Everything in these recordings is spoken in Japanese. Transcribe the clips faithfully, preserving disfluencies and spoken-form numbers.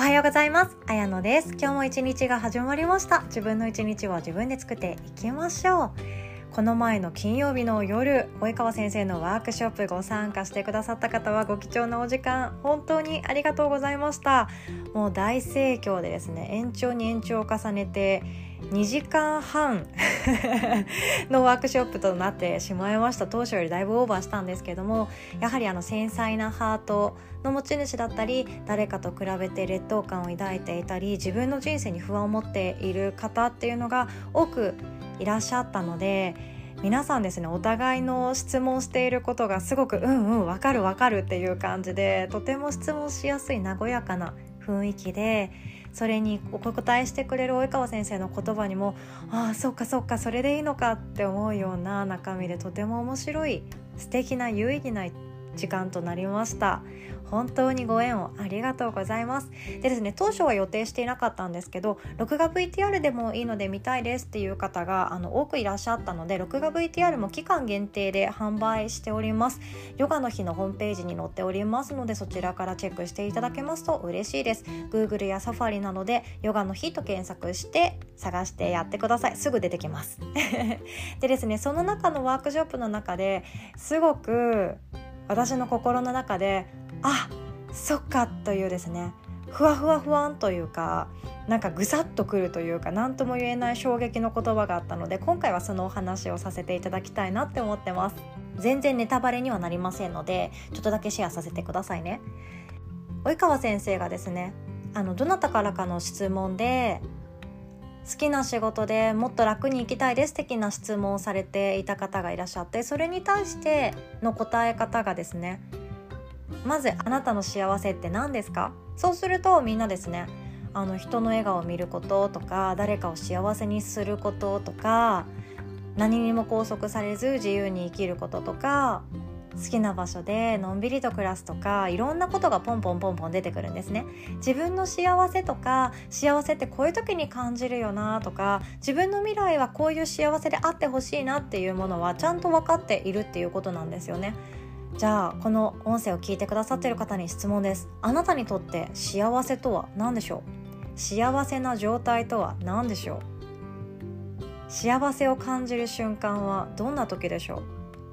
おはようございます。あやのです。今日も一日が始まりました。自分の一日は自分で作っていきましょう。この前の金曜日の夜、及川先生のワークショップご参加してくださった方はご貴重なお時間本当にありがとうございました。もう大盛況でですね、延長に延長を重ねてにじかんはんのワークショップとなってしまいました。当初よりだいぶオーバーしたんですけども、やはりあの繊細なハートの持ち主だったり、誰かと比べて劣等感を抱いていたり、自分の人生に不安を持っている方っていうのが多くいらっしゃったので、皆さんですね、お互いの質問していることがすごくうんうんわかるわかるっていう感じで、とても質問しやすい和やかな雰囲気で、それにお答えしてくれる及川先生の言葉にも、ああそっかそっかそれでいいのかって思うような中身で、とても面白い素敵な有意義な時間となりました。本当にご縁をありがとうございます。でですね、当初は予定していなかったんですけど、録画 ブイティーアール でもいいので見たいですっていう方があの多くいらっしゃったので、録画 ブイティーアール も期間限定で販売しております。ヨガの日のホームページに載っておりますので、そちらからチェックしていただけますと嬉しいです。 Google や Safari などでヨガの日と検索して探してやってください。すぐ出てきますでですね、その中のワークショップの中ですごく私の心の中で、あ、そっかというですね、ふわふわ不安というか、なんかぐさっとくるというか、何とも言えない衝撃の言葉があったので、今回はそのお話をさせていただきたいなって思ってます。全然ネタバレにはなりませんので、ちょっとだけシェアさせてくださいね。及川先生がですね、あのどなたからかの質問で、好きな仕事でもっと楽に生きたいです的な質問をされていた方がいらっしゃって、それに対しての答え方がですね、まずあなたの幸せって何ですか？そうするとみんなですね、あの人の笑顔を見ることとか、誰かを幸せにすることとか、何にも拘束されず自由に生きることとか、好きな場所でのんびりと暮らすとか、いろんなことがポンポンポンポン出てくるんですね。自分の幸せとか、幸せってこういう時に感じるよなとか、自分の未来はこういう幸せであってほしいなっていうものはちゃんと分かっているっていうことなんですよね。じゃあこの音声を聞いてくださっている方に質問です。あなたにとって幸せとは何でしょう？幸せな状態とは何でしょう？幸せを感じる瞬間はどんな時でしょう？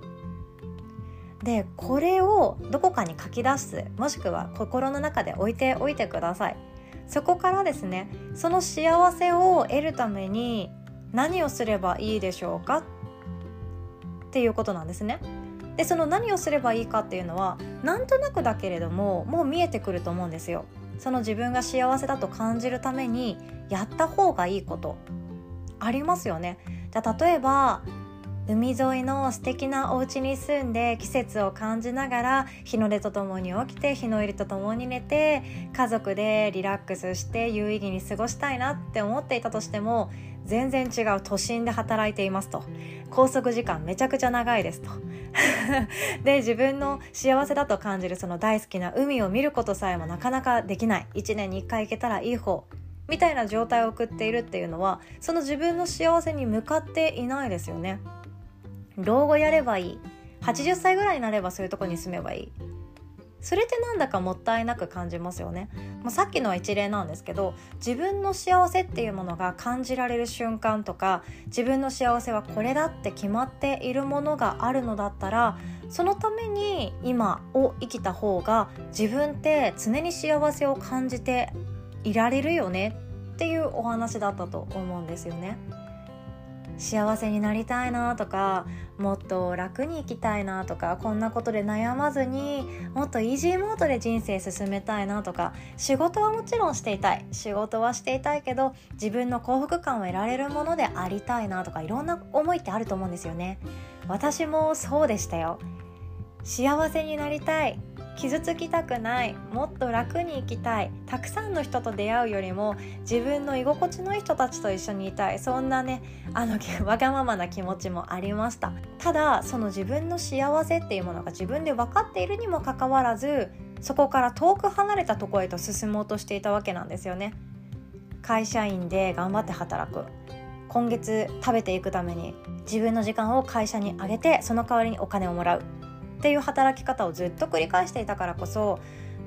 で、これをどこかに書き出す、もしくは心の中で置いておいてください。そこからですね、その幸せを得るために何をすればいいでしょうかっていうことなんですね。で、その何をすればいいかっていうのは、なんとなくだけれどももう見えてくると思うんですよ。その自分が幸せだと感じるためにやった方がいいことありますよね。じゃあ例えば、海沿いの素敵なお家に住んで季節を感じながら、日の出とともに起きて日の入りとともに寝て、家族でリラックスして有意義に過ごしたいなって思っていたとしても、全然違う都心で働いていますと、拘束時間めちゃくちゃ長いですとで、自分の幸せだと感じるその大好きな海を見ることさえもなかなかできない、いちねんにいっかい行けたらいい方みたいな状態を送っているっていうのは、その自分の幸せに向かっていないですよね。老後やればいい、はちじゅっさいぐらいになればそういうとこに住めばいい、それってなんだかもったいなく感じますよね。もうさっきのは一例なんですけど、自分の幸せっていうものが感じられる瞬間とか、自分の幸せはこれだって決まっているものがあるのだったら、そのために今を生きた方が自分って常に幸せを感じていられるよねっていうお話だったと思うんですよね。幸せになりたいなとか、もっと楽に生きたいなとか、こんなことで悩まずにもっとイージーモードで人生進めたいなとか、仕事はもちろんしていたい、仕事はしていたいけど自分の幸福感を得られるものでありたいなとか、いろんな思いってあると思うんですよね。私もそうでしたよ。幸せになりたい、傷つきたくない、もっと楽に生きたい、たくさんの人と出会うよりも自分の居心地のいい人たちと一緒にいたい、そんなね、あのわがままな気持ちもありました。ただその自分の幸せっていうものが自分で分かっているにもかかわらず、そこから遠く離れたところへと進もうとしていたわけなんですよね。会社員で頑張って働く、今月食べていくために自分の時間を会社にあげて、その代わりにお金をもらうっていう働き方をずっと繰り返していたからこそ、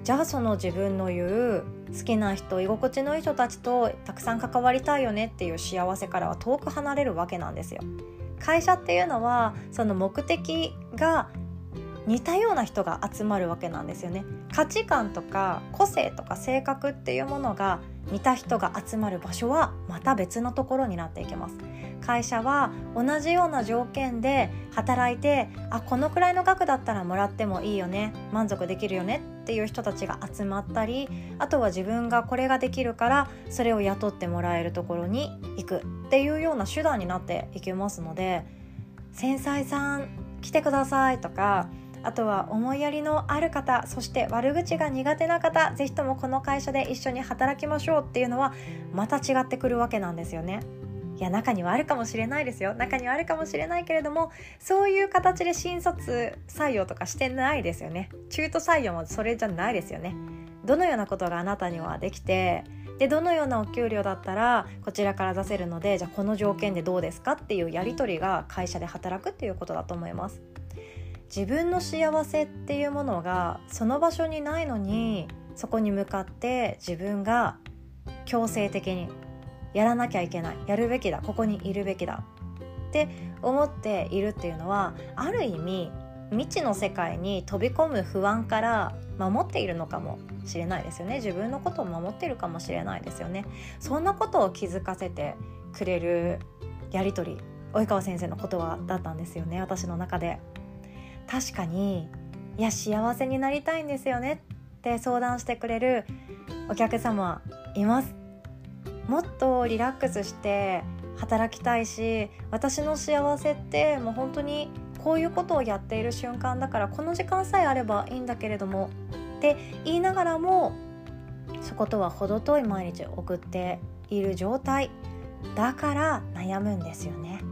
じゃあその自分の言う好きな人、居心地のいい人たちとたくさん関わりたいよねっていう幸せからは遠く離れるわけなんですよ。会社っていうのはその目的が似たような人が集まるわけなんですよね。価値観とか個性とか性格っていうものが似た人が集まる場所はまた別のところになっていきます。会社は同じような条件で働いて、あ、このくらいの額だったらもらってもいいよね、満足できるよねっていう人たちが集まったり、あとは自分がこれができるからそれを雇ってもらえるところに行くっていうような手段になっていきますので、繊細さん来てくださいとか、あとは思いやりのある方、そして悪口が苦手な方、ぜひともこの会社で一緒に働きましょうっていうのはまた違ってくるわけなんですよね。いや、中にはあるかもしれないですよ。中にはあるかもしれないけれども、そういう形で新卒採用とかしてないですよね。中途採用もそれじゃないですよね。どのようなことがあなたにはできて、でどのようなお給料だったらこちらから出せるので、じゃあこの条件でどうですかっていうやり取りが会社で働くっていうことだと思います。自分の幸せっていうものがその場所にないのに、そこに向かって自分が強制的にやらなきゃいけない、やるべきだ、ここにいるべきだって思っているっていうのは、ある意味未知の世界に飛び込む不安から守っているのかもしれないですよね。自分のことを守っているかもしれないですよね。そんなことを気づかせてくれるやり取り、及川先生の言葉だったんですよね、私の中で。確かに、いや幸せになりたいんですよねって相談してくれるお客様います。もっとリラックスして働きたいし、私の幸せってもう本当にこういうことをやっている瞬間だから、この時間さえあればいいんだけれどもって言いながらも、そことは程遠い毎日を送っている状態だから悩むんですよね。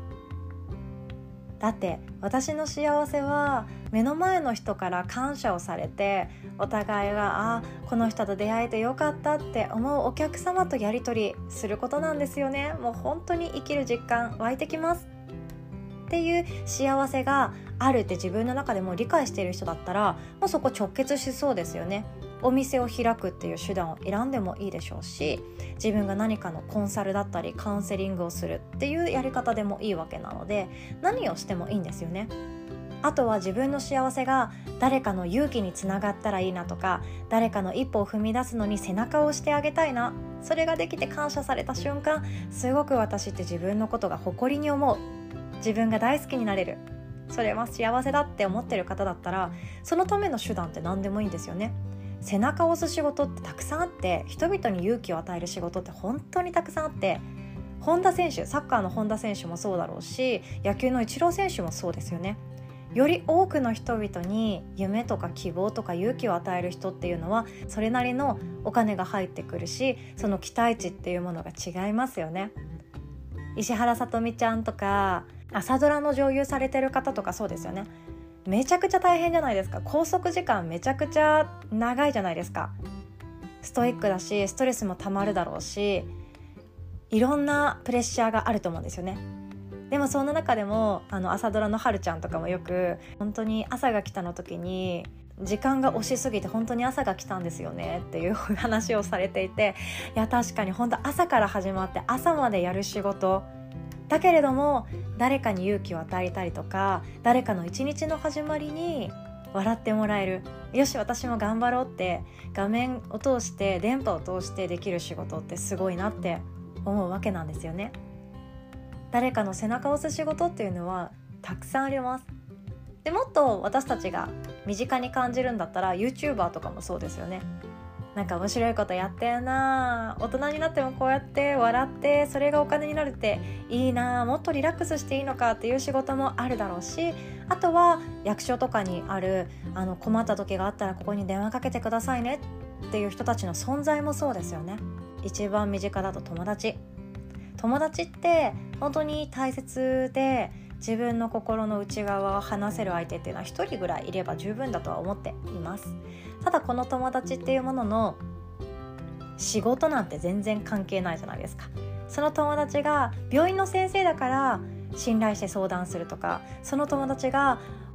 だって私の幸せは目の前の人から感謝をされて、お互いが、あ、この人と出会えてよかったって思うお客様とやり取りすることなんですよね。もう本当に生きる実感湧いてきますっていう幸せがあるって自分の中でも理解している人だったら、もうそこ直結しそうですよね。お店を開くっていう手段を選んでもいいでしょうし、自分が何かのコンサルだったりカウンセリングをするっていうやり方でもいいわけなので、何をしてもいいんですよね。あとは自分の幸せが誰かの勇気につながったらいいなとか、誰かの一歩を踏み出すのに背中を押してあげたいな、それができて感謝された瞬間、すごく私って自分のことが誇りに思う、自分が大好きになれる、それは幸せだって思ってる方だったら、そのための手段って何でもいいんですよね。背中を押す仕事ってたくさんあって、人々に勇気を与える仕事って本当にたくさんあって、本田選手、サッカーの本田選手もそうだろうし、野球のイチロー選手もそうですよね。より多くの人々に夢とか希望とか勇気を与える人っていうのは、それなりのお金が入ってくるし、その期待値っていうものが違いますよね。石原さとみちゃんとか朝ドラの女優されてる方とかそうですよね。めちゃくちゃ大変じゃないですか。拘束時間めちゃくちゃ長いじゃないですか。ストイックだし、ストレスもたまるだろうし、いろんなプレッシャーがあると思うんですよね。でもそんな中でも、あの朝ドラのはるちゃんとかもよく、本当に朝が来たの時に時間が押しすぎて本当に朝が来たんですよねっていう話をされていて、いや確かに本当朝から始まって朝までやる仕事だけれども、誰かに勇気を与えたりとか、誰かの一日の始まりに笑ってもらえる、よし私も頑張ろうって画面を通して電波を通してできる仕事ってすごいなって思うわけなんですよね。誰かの背中を押す仕事っていうのはたくさんあります。でもっと私たちが身近に感じるんだったら YouTuber とかもそうですよね。なんか面白いことやってるな、大人になってもこうやって笑ってそれがお金になるっていいな、もっとリラックスしていいのかっていう仕事もあるだろうし、あとは役所とかにある、あの困った時があったらここに電話かけてくださいねっていう人たちの存在もそうですよね。一番身近だと友達友達って本当に大切で、自分の心の内側を話せる相手っていうのは一人ぐらいいれば十分だとは思っています。ただこの友達っていうものの仕事なんて全然関係ないじゃないですか。その友達が病院の先生だから信頼して相談するとか、その友達が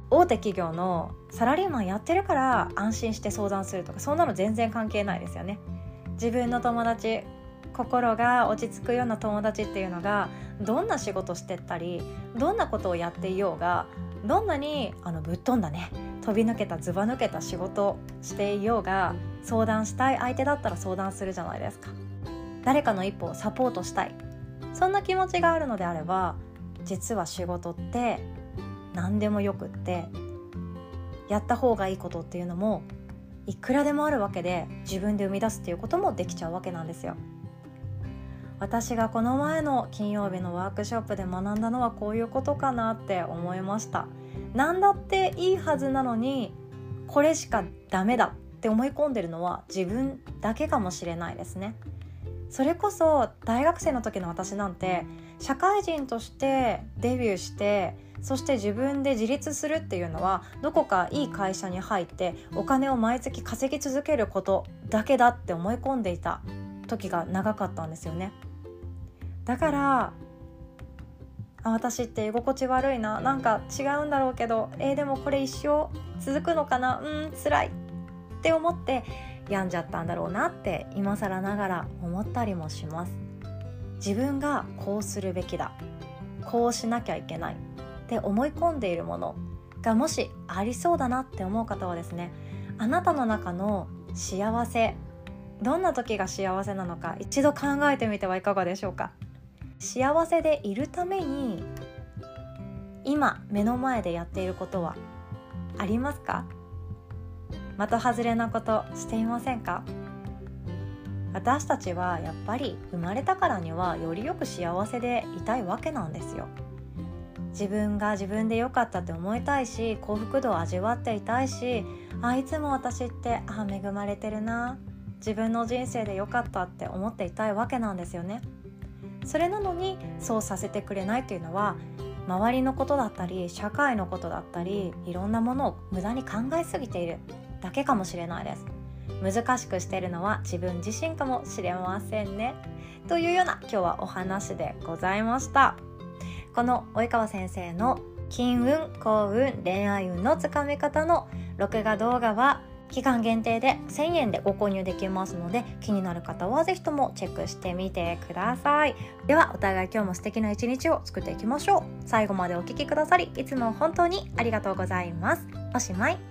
大手企業のサラリーマンやってるから安心して相談するとか、そんなの全然関係ないですよね。自分の友達、心が落ち着くような友達っていうのがどんな仕事してったり、どんなことをやっていようが、どんなにあのぶっ飛んだね、飛び抜けたずば抜けた仕事していようが、相談したい相手だったら相談するじゃないですか。誰かの一歩をサポートしたい、そんな気持ちがあるのであれば、実は仕事って何でもよくって、やった方がいいことっていうのもいくらでもあるわけで、自分で生み出すっていうこともできちゃうわけなんですよ。私がこの前の金曜日のワークショップで学んだのはこういうことかなって思いました。なんだっていいはずなのに、これしかダメだって思い込んでるのは自分だけかもしれないですね。それこそ大学生の時の私なんて、社会人としてデビューして、そして自分で自立するっていうのは、どこかいい会社に入ってお金を毎月稼ぎ続けることだけだって思い込んでいた時が長かったんですよね。だからあ、私って居心地悪いな、なんか違うんだろうけど、えー、でもこれ一生続くのかな、うーん辛いって思って病んじゃったんだろうなって今更ながら思ったりもします。自分がこうするべきだ、こうしなきゃいけないって思い込んでいるものがもしありそうだなって思う方はですね、あなたの中の幸せ、どんな時が幸せなのか一度考えてみてはいかがでしょうか。幸せでいるために今目の前でやっていることはありますか？的外れなことしていませんか？私たちはやっぱり生まれたからにはよりよく幸せでいたいわけなんですよ。自分が自分で良かったって思いたいし、幸福度を味わっていたいし、あいつも私ってあ恵まれてるな、自分の人生で良かったって思っていたいわけなんですよね。それなのにそうさせてくれないというのは、周りのことだったり社会のことだったり、いろんなものを無駄に考えすぎているだけかもしれないです。難しくしているのは自分自身かもしれませんね、というような今日はお話でございました。この及川先生の金運、幸運、恋愛運のつかみ方の録画動画は期間限定でせんえんでご購入できますので、気になる方はぜひともチェックしてみてください。ではお互い今日も素敵な一日を作っていきましょう。最後までお聞きくださりいつも本当にありがとうございます。おしまい。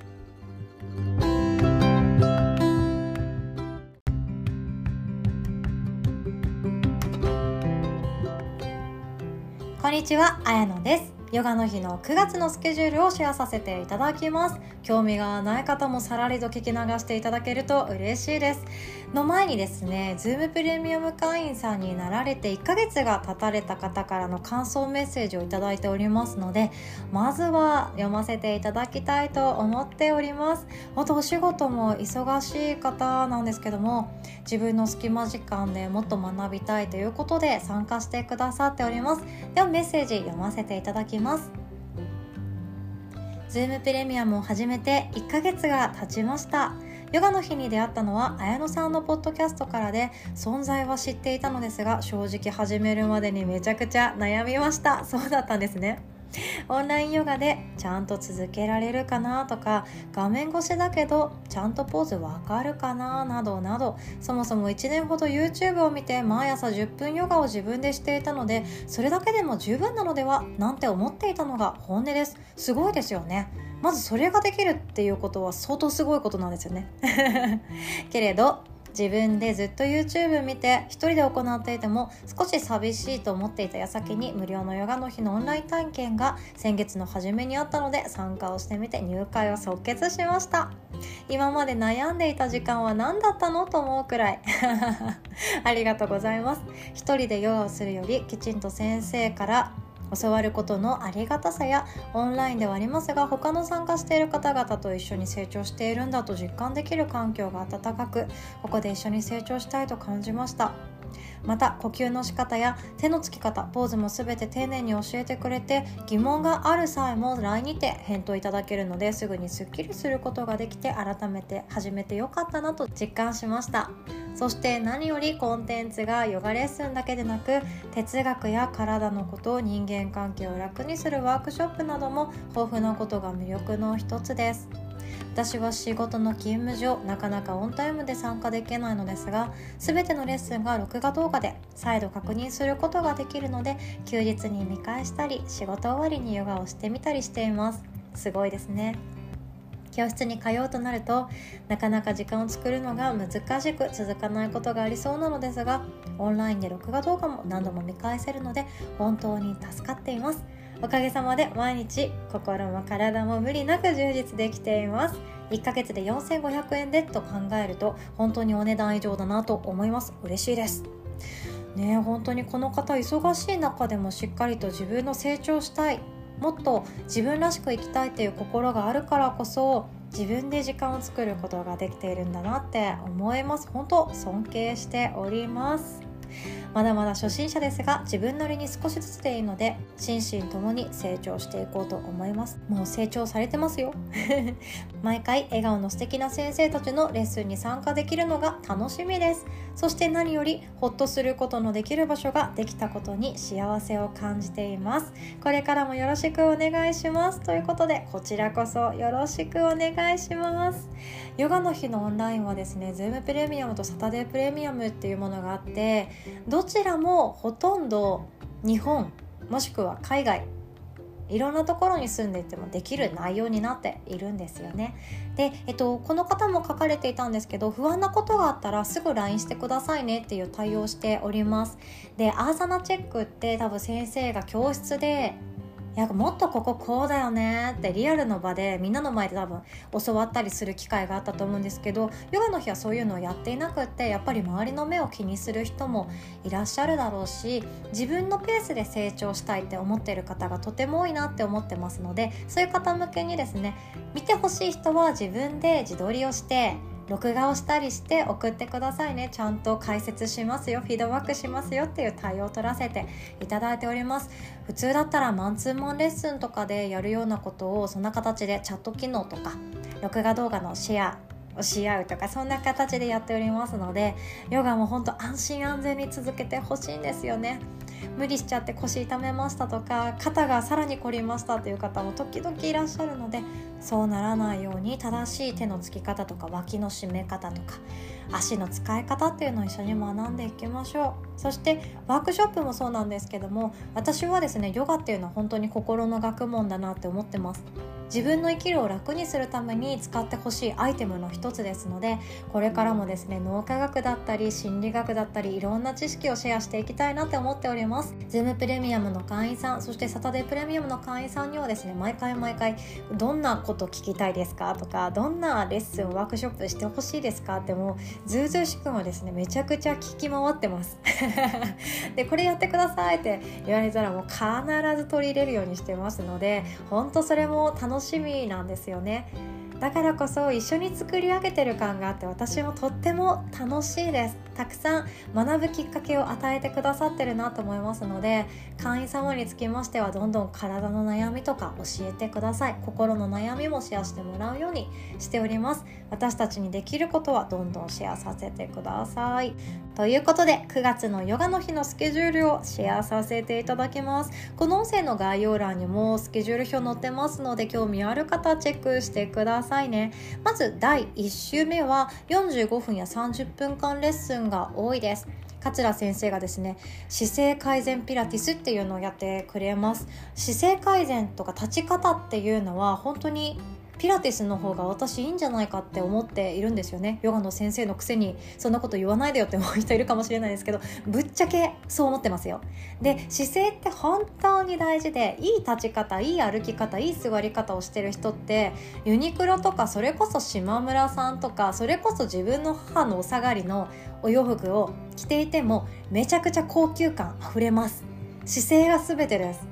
こんにちは、あやのです。ヨガの日のくがつのスケジュールをシェアさせていただきます。興味がない方もさらりと聞き流していただけると嬉しいです。の前にですね、Zoom プレミアム会員さんになられていっかげつが経たれた方からの感想メッセージをいただいておりますので、まずは読ませていただきたいと思っております。あとお仕事も忙しい方なんですけども、自分の隙間時間でもっと学びたいということで参加してくださっております。ではメッセージ読ませていただきます。Zoom プレミアムを始めていっかげつが経ちました。ヨガの日に出会ったのは綾乃さんのポッドキャストからで、存在は知っていたのですが、正直始めるまでにめちゃくちゃ悩みました。そうだったんですね。オンラインヨガでちゃんと続けられるかなとか、画面越しだけどちゃんとポーズわかるかななどなど、そもそもいちねんほど YouTube を見て毎朝じゅっぷんヨガを自分でしていたので、それだけでも十分なのではなんて思っていたのが本音です。すごいですよね。まずそれができるっていうことは相当すごいことなんですよねけれど自分でずっと YouTube 見て一人で行っていても少し寂しいと思っていた矢先に、無料のヨガの日のオンライン体験が先月の初めにあったので参加をしてみて入会を即決しました。今まで悩んでいた時間は何だったのと思うくらいありがとうございます。一人でヨガをするよりきちんと先生から教わることのありがたさや、オンラインではありますが他の参加している方々と一緒に成長しているんだと実感できる環境が温かく、ここで一緒に成長したいと感じました。 また呼吸の仕方や手のつき方、ポーズもすべて丁寧に教えてくれて、疑問がある際も ライン にて返答いただけるので、すぐにスッキリすることができて、改めて始めてよかったなと実感しました。そして何よりコンテンツがヨガレッスンだけでなく、哲学や体のこと、人間関係を楽にするワークショップなども豊富なことが魅力の一つです。私は仕事の勤務上、なかなかオンタイムで参加できないのですが、すべてのレッスンが録画動画で再度確認することができるので、休日に見返したり、仕事終わりにヨガをしてみたりしています。すごいですね。教室に通うとなると、なかなか時間を作るのが難しく続かないことがありそうなのですが、オンラインで録画動画も何度も見返せるので本当に助かっています。おかげさまで毎日心も体も無理なく充実できています。いっかげつでよんせんごひゃくえんでと考えると本当にお値段以上だなと思います。嬉しいですね。本当にこの方、忙しい中でもしっかりと自分の成長したい、もっと自分らしく生きたいという心があるからこそ、自分で時間を作ることができているんだなって思います。本当尊敬しております。まだまだ初心者ですが、自分なりに少しずつでいいので、心身ともに成長していこうと思います。もう成長されてますよ毎回笑顔の素敵な先生たちのレッスンに参加できるのが楽しみです。そして何よりホッとすることのできる場所ができたことに幸せを感じています。これからもよろしくお願いしますということで、こちらこそよろしくお願いします。ヨガの日のオンラインはですね、Zoom プレミアムとサタデープレミアムっていうものがあって、どちらもほとんど日本もしくは海外、いろんなところに住んでいてもできる内容になっているんですよね。で、えっと、この方も書かれていたんですけど、不安なことがあったらすぐ ライン してくださいねっていう対応をしております。で、アーサナチェックって多分先生が教室で、いやもっとこここうだよねってリアルの場でみんなの前で多分教わったりする機会があったと思うんですけど、ヨガの日はそういうのをやっていなくって、やっぱり周りの目を気にする人もいらっしゃるだろうし、自分のペースで成長したいって思っている方がとても多いなって思ってますので、そういう方向けにですね、見てほしい人は自分で自撮りをして録画をしたりして送ってくださいね。ちゃんと解説しますよ、フィードバックしますよっていう対応を取らせていただいております。普通だったらマンツーマンレッスンとかでやるようなことを、そんな形でチャット機能とか録画動画のシェアをし合うとか、そんな形でやっておりますので、ヨガも本当安心安全に続けてほしいんですよね。無理しちゃって腰痛めましたとか、肩がさらに凝りましたという方も時々いらっしゃるので、そうならないように正しい手のつき方とか脇の締め方とか足の使い方っていうのを一緒に学んでいきましょう。そしてワークショップもそうなんですけども、私はですね、ヨガっていうのは本当に心の学問だなって思ってます。自分の生きるを楽にするために使ってほしいアイテムの一つですので、これからもですね、脳科学だったり心理学だったりいろんな知識をシェアしていきたいなって思っております。 Zoom プレミアムの会員さん、そしてサタデープレミアムの会員さんにはですね、毎回毎回どんなこと聞きたいですかとか、どんなレッスンワークショップしてほしいですかって、もうずうずうしくもですね、めちゃくちゃ聞き回ってますで、これやってくださいって言われたらもう必ず取り入れるようにしてますので、本当それも楽しみなんですよね。だからこそ一緒に作り上げてる感があって、私もとっても楽しいです。たくさん学ぶきっかけを与えてくださってるなと思いますので、会員様につきましてはどんどん体の悩みとか教えてください。心の悩みもシェアしてもらうようにしております。私たちにできることはどんどんシェアさせてください。ということで、くがつのヨガの日のスケジュールをシェアさせていただきます。この音声の概要欄にもスケジュール表載ってますので、興味ある方はチェックしてくださいね。まずだいいち週目はよんじゅうごふんやさんじゅっぷんかんレッスンが多いです。桂先生がですね、姿勢改善ピラティスっていうのをやってくれます。姿勢改善とか立ち方っていうのは本当にピラティスの方が私いいんじゃないかって思っているんですよね。ヨガの先生のくせにそんなこと言わないでよって思う人いるかもしれないですけど、ぶっちゃけそう思ってますよ。で、姿勢って本当に大事で、いい立ち方、いい歩き方、いい座り方をしてる人ってユニクロとか、それこそ島村さんとか、それこそ自分の母のお下がりのお洋服を着ていてもめちゃくちゃ高級感あふれます。姿勢が全てです。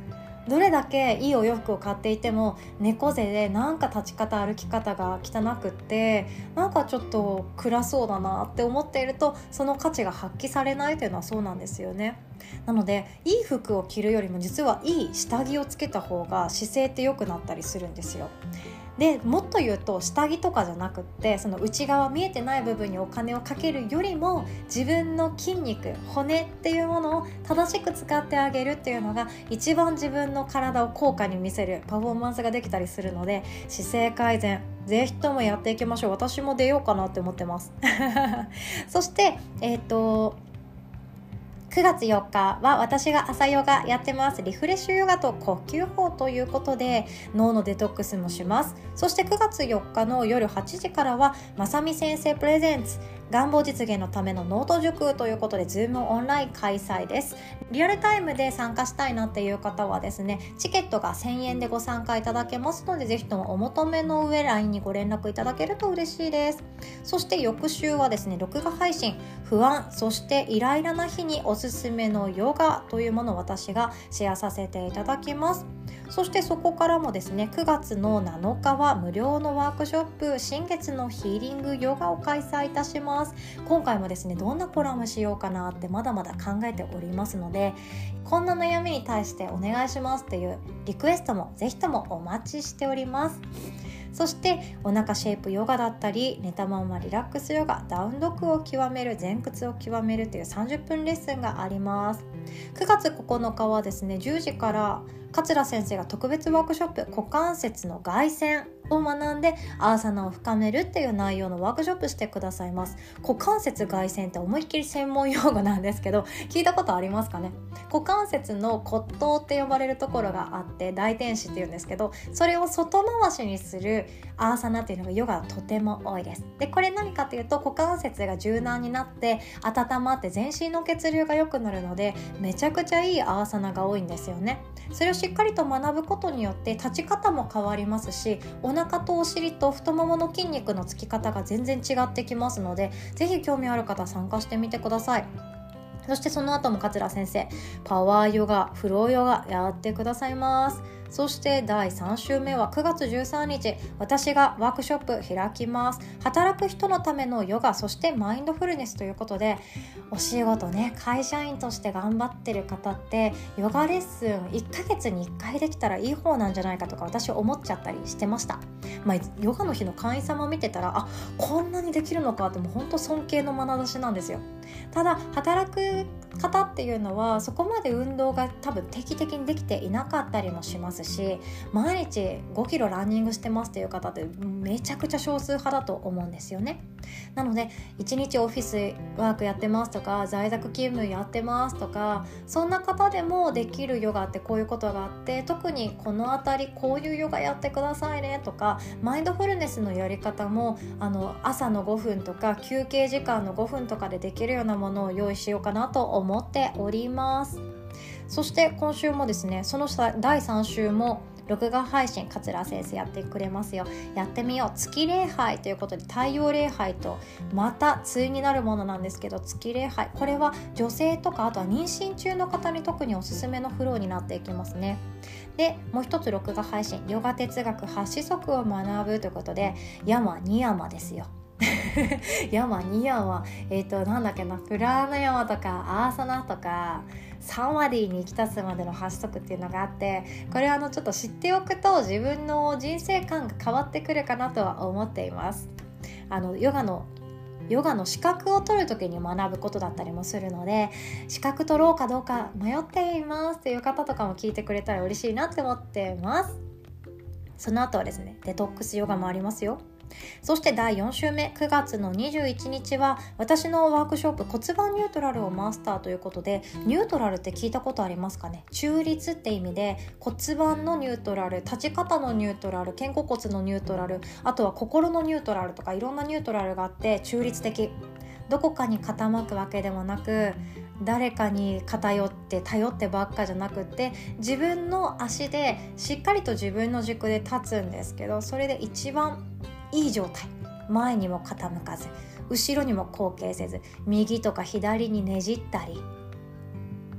どれだけいいお洋服を買っていても猫背でなんか立ち方歩き方が汚くってなんかちょっと暗そうだなって思っていると、その価値が発揮されないというのはそうなんですよね。なのでいい服を着るよりも実はいい下着をつけた方が姿勢って良くなったりするんですよ。でもっと言うと下着とかじゃなくって、その内側見えてない部分にお金をかけるよりも自分の筋肉骨っていうものを正しく使ってあげるっていうのが一番自分の体を効果に見せるパフォーマンスができたりするので、姿勢改善ぜひともやっていきましょう。私も出ようかなって思ってますそしてえっとくがつよっかは私が朝ヨガやってます。リフレッシュヨガと呼吸法ということで脳のデトックスもします。そしてくがつよっかの夜はちじからはまさみ先生プレゼンツ願望実現のためのノート塾ということで Zoom オンライン開催です。リアルタイムで参加したいなっていう方はですね、チケットがせんえんでご参加いただけますので、ぜひともお求めの上 ライン にご連絡いただけると嬉しいです。そして翌週はですね、録画配信不安そしてイライラな日におすすめのヨガというものを私がシェアさせていただきます。そしてそこからもですね、くがつのなのかは無料のワークショップ新月のヒーリングヨガを開催いたします。今回もですね、どんなコラムしようかなってまだまだ考えておりますので、こんな悩みに対してお願いしますっていうリクエストもぜひともお待ちしております。そしてお腹シェイプヨガだったり、寝たままリラックスヨガ、ダウンドッグを極める、前屈を極めるというさんじゅっぷんレッスンがあります。くがつここのかはですね、じゅうじから桂先生が特別ワークショップ股関節の外旋を学んでアーサナを深めるっていう内容のワークショップしてくださいます。股関節外旋って思いっきり専門用語なんですけど、聞いたことありますかね。股関節の骨頭って呼ばれるところがあって大天使っていうんですけど、それを外回しにするアーサナっていうのがヨガはとても多いです。でこれ何かというと、股関節が柔軟になって温まって全身の血流が良くなるので、めちゃくちゃいいアーサナが多いんですよね。それをしっかりと学ぶことによって立ち方も変わりますし、お腹とお尻と太ももの筋肉のつき方が全然違ってきますので、ぜひ興味ある方参加してみてください。そしてその後も桂先生パワーヨガ、フローヨガやってくださいます。そしてだいさん週目はくがつじゅうさんにち、私がワークショップ開きます。働く人のためのヨガ、そしてマインドフルネスということで、お仕事ね、会社員として頑張ってる方ってヨガレッスンいっかげつにいっかいできたらいい方なんじゃないかとか私思っちゃったりしてました。まあ、ヨガの日の会員様を見てたら、あ、こんなにできるのかって、もう本当尊敬の眼差しなんですよ。ただ働く方っていうのはそこまで運動が多分定期的にできていなかったりもしますし、毎日ごキロランニングしてますっていう方ってめちゃくちゃ少数派だと思うんですよね。なのでいちにちオフィスワークやってますとか、在宅勤務やってますとか、そんな方でもできるヨガってこういうことがあって、特にこのあたりこういうヨガやってくださいねとか、マインドフルネスのやり方もあの朝のごふんとか休憩時間のごふんとかでできるようなものを用意しようかなと思っております。そして今週もですね、そのだいさん週も録画配信桂先生やってくれますよ。やってみよう月礼拝ということで、太陽礼拝とまた対になるものなんですけど、月礼拝、これは女性とかあとは妊娠中の方に特におすすめのフローになっていきますね。でもう一つ録画配信、ヨガ哲学はちしそくを学ぶということで、山に山ですよ山に山、えっとなんだっけな、プラーナヤマとかアーサナとかサマディに行き立つまでのはち足っていうのがあって、これはあのちょっと知っておくと自分の人生観が変わってくるかなとは思っています。あのヨガのヨガの資格を取るときに学ぶことだったりもするので、資格取ろうかどうか迷っていますっていう方とかも聞いてくれたら嬉しいなって思ってます。その後はですね、デトックスヨガもありますよ。そしてだいよん週目くがつのにじゅういちにちは私のワークショップ骨盤ニュートラルをマスターということで、ニュートラルって聞いたことありますかね。中立って意味で、骨盤のニュートラル、立ち方のニュートラル、肩甲骨のニュートラル、あとは心のニュートラルとかいろんなニュートラルがあって、中立的、どこかに傾くわけでもなく、誰かに偏って頼ってばっかじゃなくって、自分の足でしっかりと自分の軸で立つんですけど、それで一番いい状態、前にも傾かず後ろにも後傾せず、右とか左にねじったり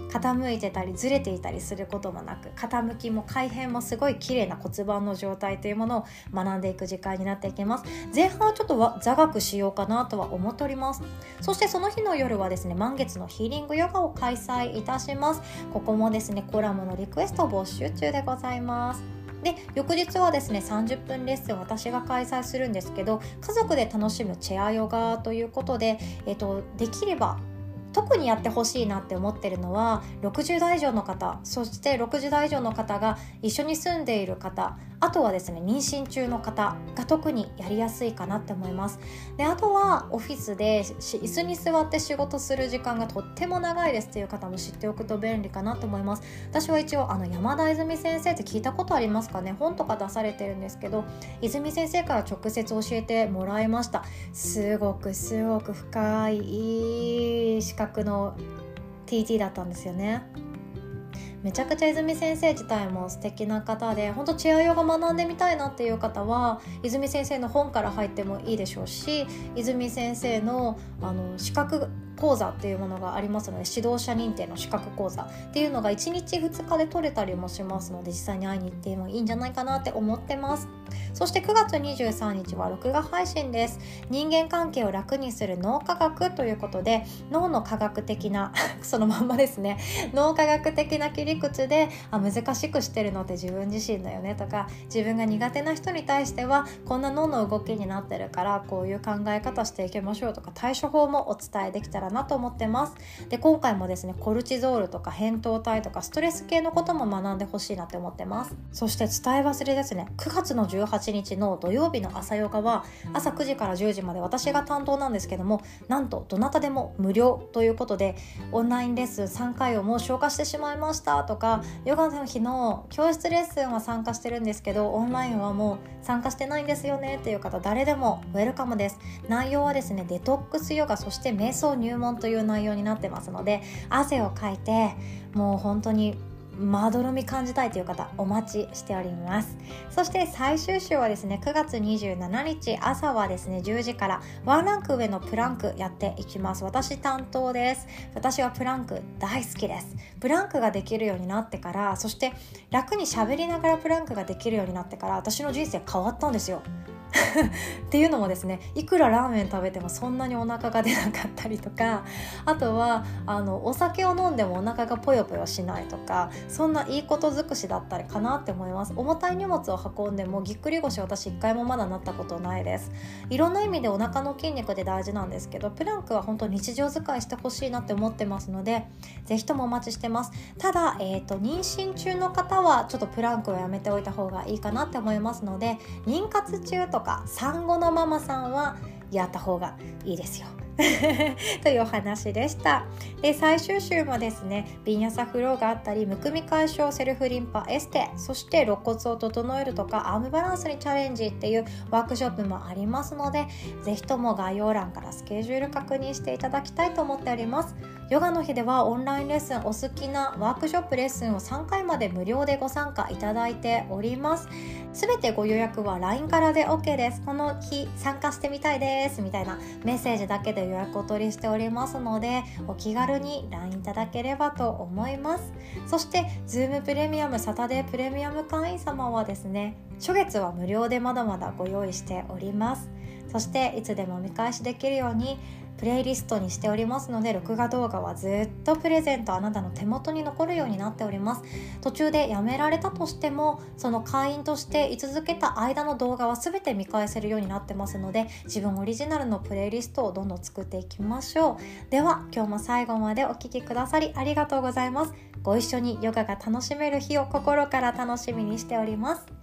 傾いてたりずれていたりすることもなく、傾きも改変もすごい綺麗な骨盤の状態というものを学んでいく時間になっていきます。前半はちょっと座学しようかなとは思っております。そしてその日の夜はですね、満月のヒーリングヨガを開催いたします。ここもですね、コラムのリクエスト募集中でございます。で、翌日はですね、さんじゅっぷんレッスンを私が開催するんですけど、家族で楽しむチェアヨガということで、えっと、できれば特にやってほしいなって思ってるのはろくじゅうだい以上の方、そしてろくじゅうだい以上の方が一緒に住んでいる方、あとはですね、妊娠中の方が特にやりやすいかなって思います。で、あとはオフィスで椅子に座って仕事する時間がとっても長いですっていう方も知っておくと便利かなと思います。私は一応あの山田泉先生って聞いたことありますかね。本とか出されてるんですけど、泉先生から直接教えてもらいました。すごくすごく深いいい資格の ティーティー だったんですよね。めちゃくちゃ泉先生自体も素敵な方で、本当チェアヨガ学んでみたいなっていう方は泉先生の本から入ってもいいでしょうし、泉先生のあの資格講座っていうものがありますので、指導者認定の資格講座っていうのがいちにちふつかで取れたりもしますので、実際に会いに行ってもいいんじゃないかなって思ってます。そしてくがつにじゅうさんにちは録画配信です。人間関係を楽にする脳科学ということで、脳の科学的なそのまんまですね、脳科学的な切り口で、あ、難しくしてるのって自分自身だよねとか、自分が苦手な人に対してはこんな脳の動きになってるからこういう考え方していきましょうとか、対処法もお伝えできたらなと思ってます。で、今回もですね、コルチゾールとか扁桃体とかストレス系のことも学んでほしいなって思ってます。そして伝え忘れですね、くがつのじゅうはちにちの土曜日の朝ヨガは朝くじからじゅうじまで私が担当なんですけども、なんとどなたでも無料ということで、オンラインレッスンさんかいをもう消化してしまいましたとか、ヨガの日の教室レッスンは参加してるんですけどオンラインはもう参加してないんですよねっていう方、誰でもウェルカムです。内容はですね、デトックスヨガ、そして瞑想入門という内容になってますので、汗をかいてもう本当にまどろみ感じたいという方、お待ちしております。そして最終週はですね、くがつにじゅうしちにち朝はですね、じゅうじからワンランク上のプランクやっていきます。私担当です。私はプランク大好きです。プランクができるようになってから、そして楽に喋りながらプランクができるようになってから、私の人生変わったんですよっていうのもですね、いくらラーメン食べてもそんなにお腹が出なかったりとか、あとはあのお酒を飲んでもお腹がぽよぽよしないとか、そんないいこと尽くしだったりかなって思います。重たい荷物を運んでもぎっくり腰、私一回もまだなったことないです。いろんな意味でお腹の筋肉で大事なんですけど、プランクは本当に日常使いしてほしいなって思ってますので、ぜひともお待ちしてます。ただ、えーと、妊娠中の方はちょっとプランクをやめておいた方がいいかなって思いますので、妊活中とか産後のママさんはやった方がいいですよというお話でした。で、最終週もですね、ビンヤサフローがあったり、むくみ解消、セルフリンパエステ、そして肋骨を整えるとかアームバランスにチャレンジっていうワークショップもありますので、ぜひとも概要欄からスケジュール確認していただきたいと思っております。ヨガの日ではオンラインレッスン、お好きなワークショップレッスンをさんかいまで無料でご参加いただいております。すべてご予約は ライン からで OK です。この日参加してみたいですみたいなメッセージだけで予約を取りしておりますので、お気軽に ライン いただければと思います。そして Zoom プレミアム、サタデープレミアム会員様はですね、初月は無料でまだまだご用意しております。そしていつでも見返しできるようにプレイリストにしておりますので、録画動画はずっとプレゼント、あなたの手元に残るようになっております。途中でやめられたとしても、その会員として居続けた間の動画は全て見返せるようになってますので、自分オリジナルのプレイリストをどんどん作っていきましょう。では今日も最後までお聞きくださりありがとうございます。ご一緒にヨガが楽しめる日を心から楽しみにしております。